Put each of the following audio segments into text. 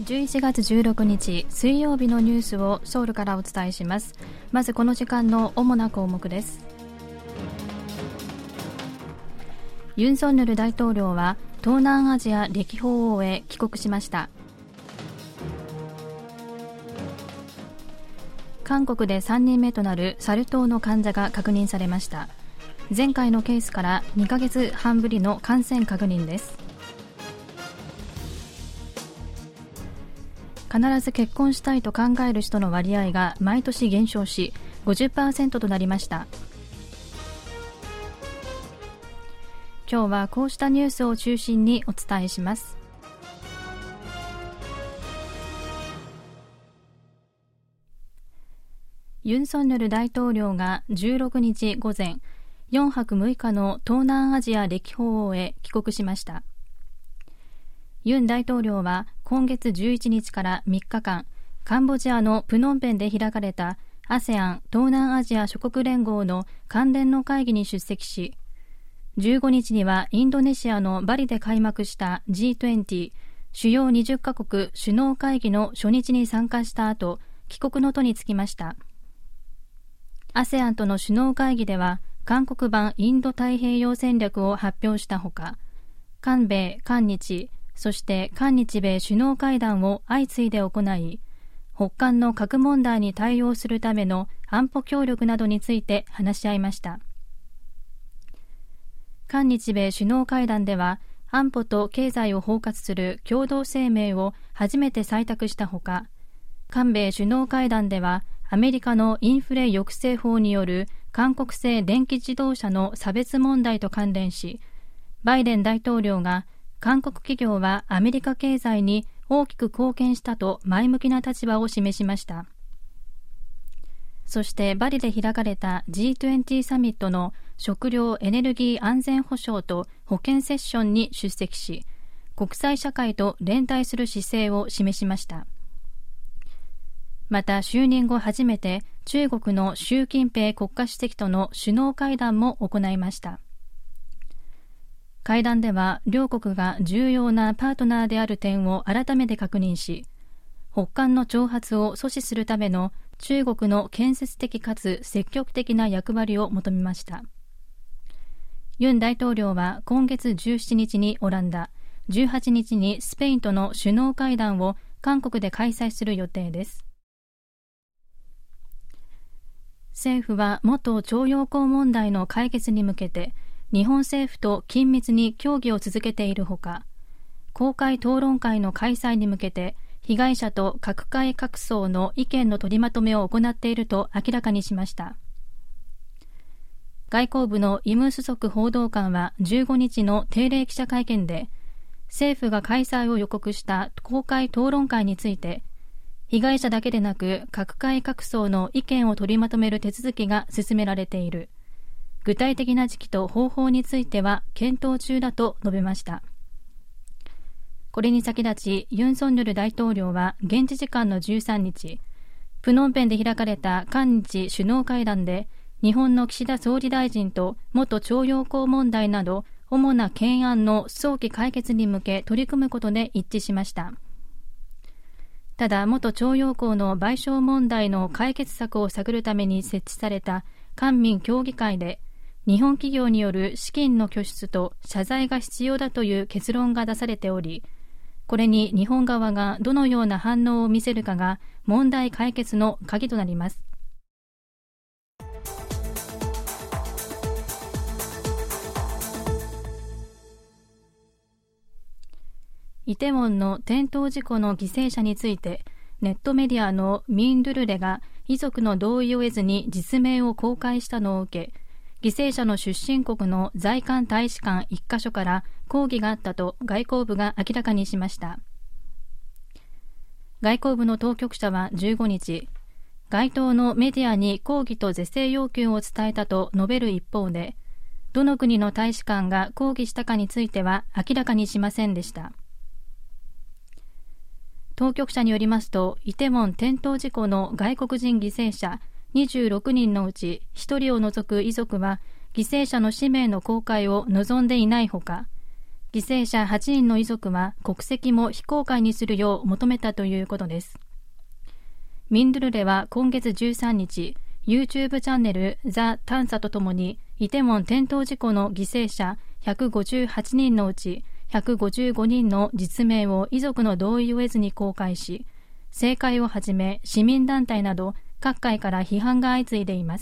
11月16日水曜日のニュースをソウルからお伝えします。まずこの時間の主な項目です。ユン・ソンニョル大統領は東南アジア歴訪を終え帰国しました。韓国で3人目となるサル痘の患者が確認されました。前回のケースから2ヶ月半ぶりの感染確認です。必ず結婚したいと考える人の割合が毎年減少し 50% となりました。今日はこうしたニュースを中心にお伝えします。ユン・ソンニョル大統領が16日午前4泊6日の東南アジア歴訪を終え帰国しました。ユン大統領は今月11日から3日間、カンボジアのプノンペンで開かれた ASEAN 東南アジア諸国連合の関連の会議に出席し、15日にはインドネシアのバリで開幕した G20 主要20カ国首脳会議の初日に参加した後、帰国の途に就きました。ASEAN との首脳会議では韓国版インド太平洋戦略を発表したほか、韓米、韓日、そして韓日米首脳会談を相次いで行い、北韓の核問題に対応するための安保協力などについて話し合いました。韓日米首脳会談では、安保と経済を包括する共同声明を初めて採択したほか、韓米首脳会談では、アメリカのインフレ抑制法による韓国製電気自動車の差別問題と関連し、バイデン大統領が韓国企業はアメリカ経済に大きく貢献したと前向きな立場を示しました。そしてバリで開かれた G20 サミットの食料・エネルギー安全保障と保健セッションに出席し、国際社会と連帯する姿勢を示しました。また就任後初めて中国の習近平国家主席との首脳会談も行いました。会談では両国が重要なパートナーである点を改めて確認し、北韓の挑発を阻止するための中国の建設的かつ積極的な役割を求めました。ユン大統領は今月17日にオランダ、18日にスペインとの首脳会談を韓国で開催する予定です。政府は元徴用工問題の解決に向けて日本政府と緊密に協議を続けているほか、公開討論会の開催に向けて被害者と各界各層の意見の取りまとめを行っていると明らかにしました。外交部のイム・スソク報道官は15日の定例記者会見で、政府が開催を予告した公開討論会について、被害者だけでなく各界各層の意見を取りまとめる手続きが進められている。具体的な時期と方法については検討中だと述べました。これに先立ち、ユン・ソンニョル大統領は現地時間の13日、プノンペンで開かれた韓日首脳会談で、日本の岸田総理大臣と元徴用工問題など主な懸案の早期解決に向け取り組むことで一致しました。ただ、元徴用工の賠償問題の解決策を探るために設置された官民協議会で、日本企業による資金の拠出と謝罪が必要だという結論が出されており、これに日本側がどのような反応を見せるかが問題解決の鍵となります。イテウォンの転倒事故の犠牲者について、ネットメディアのミンドゥルレが遺族の同意を得ずに実名を公開したのを受け、犠牲者の出身国の在韓大使館1カ所から抗議があったと外交部が明らかにしました。外交部の当局者は15日、該当のメディアに抗議と是正要求を伝えたと述べる一方で、どの国の大使館が抗議したかについては明らかにしませんでした。当局者によりますと、イテウォン転倒事故の外国人犠牲者26人のうち1人を除く遺族は、犠牲者の氏名の公開を望んでいないほか、 犠牲者8人の遺族は国籍も非公開にするよう求めたということです。ミンドゥルレは今月13日、YouTube チャンネルザ・タンサとともにイテウォン転倒事故の犠牲者158人のうち155人の実名を遺族の同意を得ずに公開し、政界をはじめ市民団体など各界から批判が相次いでいます。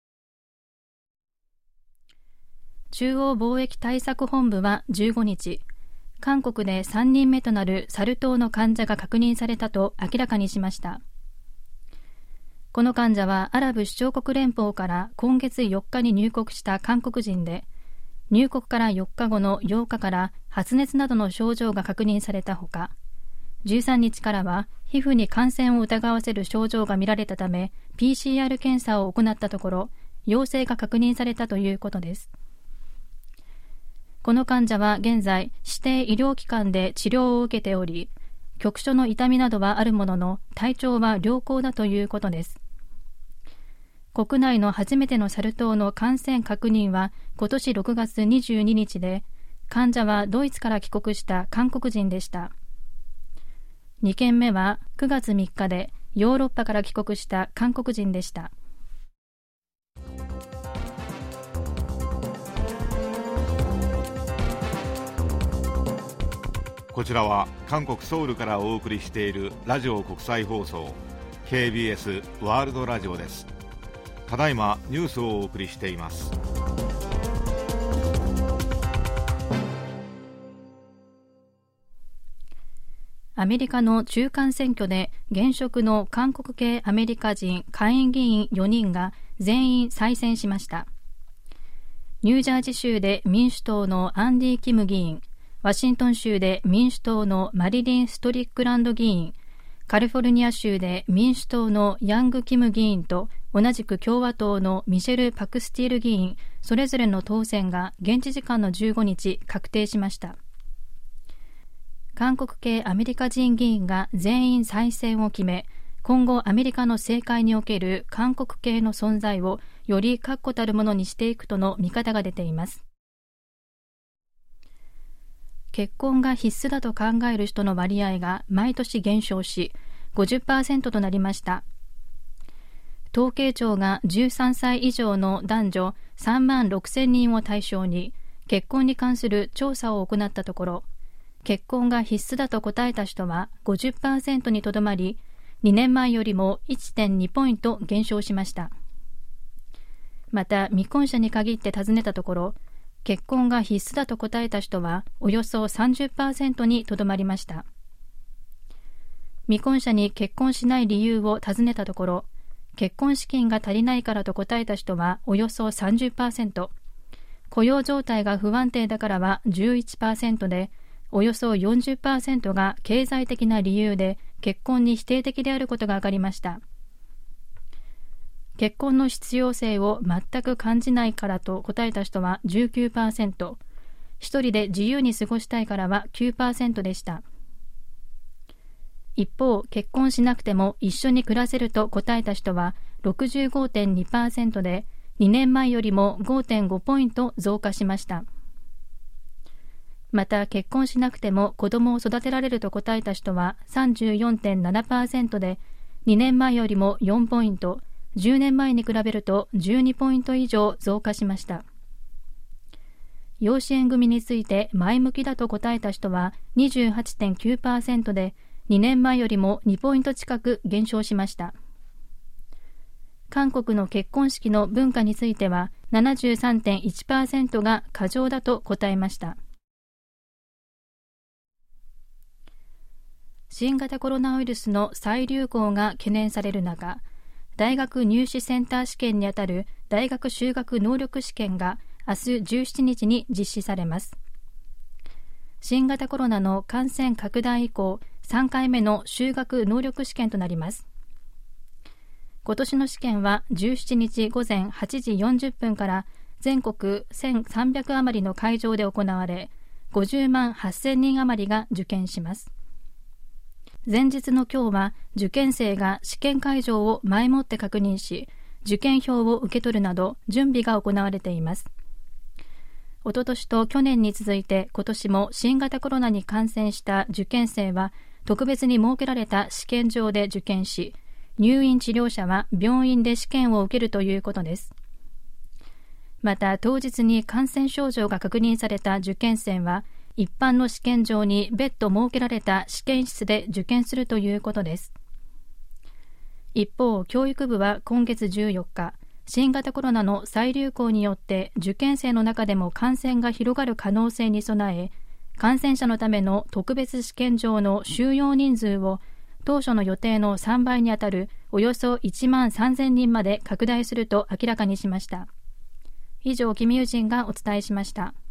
中央防疫対策本部は15日、韓国で3人目となるサル痘の患者が確認されたと明らかにしました。この患者はアラブ首長国連邦から今月4日に入国した韓国人で、入国から4日後の8日から発熱などの症状が確認されたほか、13日からは皮膚に感染を疑わせる症状が見られたため PCR 検査を行ったところ、陽性が確認されたということです。この患者は現在指定医療機関で治療を受けており、局所の痛みなどはあるものの体調は良好だということです。国内の初めてのサル痘の感染確認は今年6月22日で、患者はドイツから帰国した韓国人でした。2件目は9月3日でヨーロッパから帰国した韓国人でした。 こちらは韓国ソウルからお送りしているラジオ国際放送 KBS ワールドラジオです。ただいまニュースをお送りしています。 アメリカの中間選挙で現職の韓国系アメリカ人下院議員4人が全員再選しました。ニュージャージー州で民主党のアンディ・キム議員、ワシントン州で民主党のマリリン・ストリックランド議員、カリフォルニア州で民主党のヤング・キム議員と同じく共和党のミシェル・パクスティール議員、それぞれの当選が現地時間の15日確定しました。韓国系アメリカ人議員が全員再選を決め、今後アメリカの政界における韓国系の存在をより確固たるものにしていくとの見方が出ています。結婚が必須だと考える人の割合が毎年減少し 50% となりました。統計庁が13歳以上の男女3万6000人を対象に結婚に関する調査を行ったところ、結婚が必須だと答えた人は 50% にとどまり、2年前よりも 1.2 ポイント減少しました。また未婚者に限って尋ねたところ、結婚が必須だと答えた人はおよそ 30% にとどまりました。未婚者に結婚しない理由を尋ねたところ、結婚資金が足りないからと答えた人はおよそ 30%、雇用状態が不安定だからは 11% で、およそ 40% が経済的な理由で結婚に否定的であることが分かりました。結婚の必要性を全く感じないからと答えた人は 19%、一人で自由に過ごしたいからは 9% でした。一方、結婚しなくても一緒に暮らせると答えた人は 65.2% で、2年前よりも 5.5 ポイント増加しました。また、結婚しなくても子供を育てられると答えた人は 34.7% で、2年前よりも4ポイント、10年前に比べると12ポイント以上増加しました。養子縁組について前向きだと答えた人は 28.9% で、2年前よりも2ポイント近く減少しました。韓国の結婚式の文化については 73.1% が過剰だと答えました。新型コロナウイルスの再流行が懸念される中、大学入試センター試験にあたる大学修学能力試験が明日17日に実施されます。新型コロナの感染拡大以降、3回目の修学能力試験となります。今年の試験は17日午前8時40分から全国1300余りの会場で行われ、50万8000人余りが受験します。前日の今日は受験生が試験会場を前もって確認し、受験票を受け取るなど準備が行われています。 おととしと去年に続いて今年も新型コロナに感染した受験生は特別に設けられた試験場で受験し、入院治療者は病院で試験を受けるということです。また当日に感染症状が確認された受験生は一般の試験場に別途設けられた試験室で受験するということです。一方、教育部は今月14日、新型コロナの再流行によって受験生の中でも感染が広がる可能性に備え、感染者のための特別試験場の収容人数を当初の予定の3倍にあたるおよそ1万3000人まで拡大すると明らかにしました。以上、キム・ユジンがお伝えしました。